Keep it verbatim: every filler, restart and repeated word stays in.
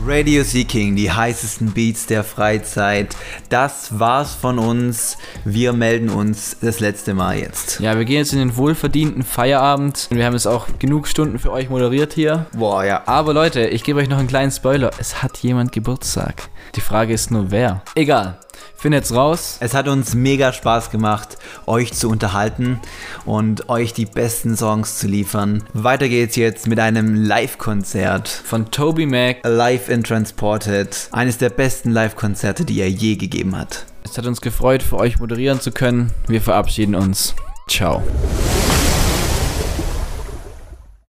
Radio Seeking, die heißesten Beats der Freizeit. Das war's von uns. Wir melden uns das letzte Mal jetzt. Ja, wir gehen jetzt in den wohlverdienten Feierabend. Wir haben jetzt auch genug Stunden für euch moderiert hier. Boah, ja. Aber Leute, ich gebe euch noch einen kleinen Spoiler. Es hat jemand Geburtstag. Die Frage ist nur, wer? Egal. Findet's raus. Es hat uns mega Spaß gemacht, euch zu unterhalten und euch die besten Songs zu liefern. Weiter geht's jetzt mit einem Live-Konzert von TobyMac. Live in Transported. Eines der besten Live-Konzerte, die er je gegeben hat. Es hat uns gefreut, für euch moderieren zu können. Wir verabschieden uns. Ciao.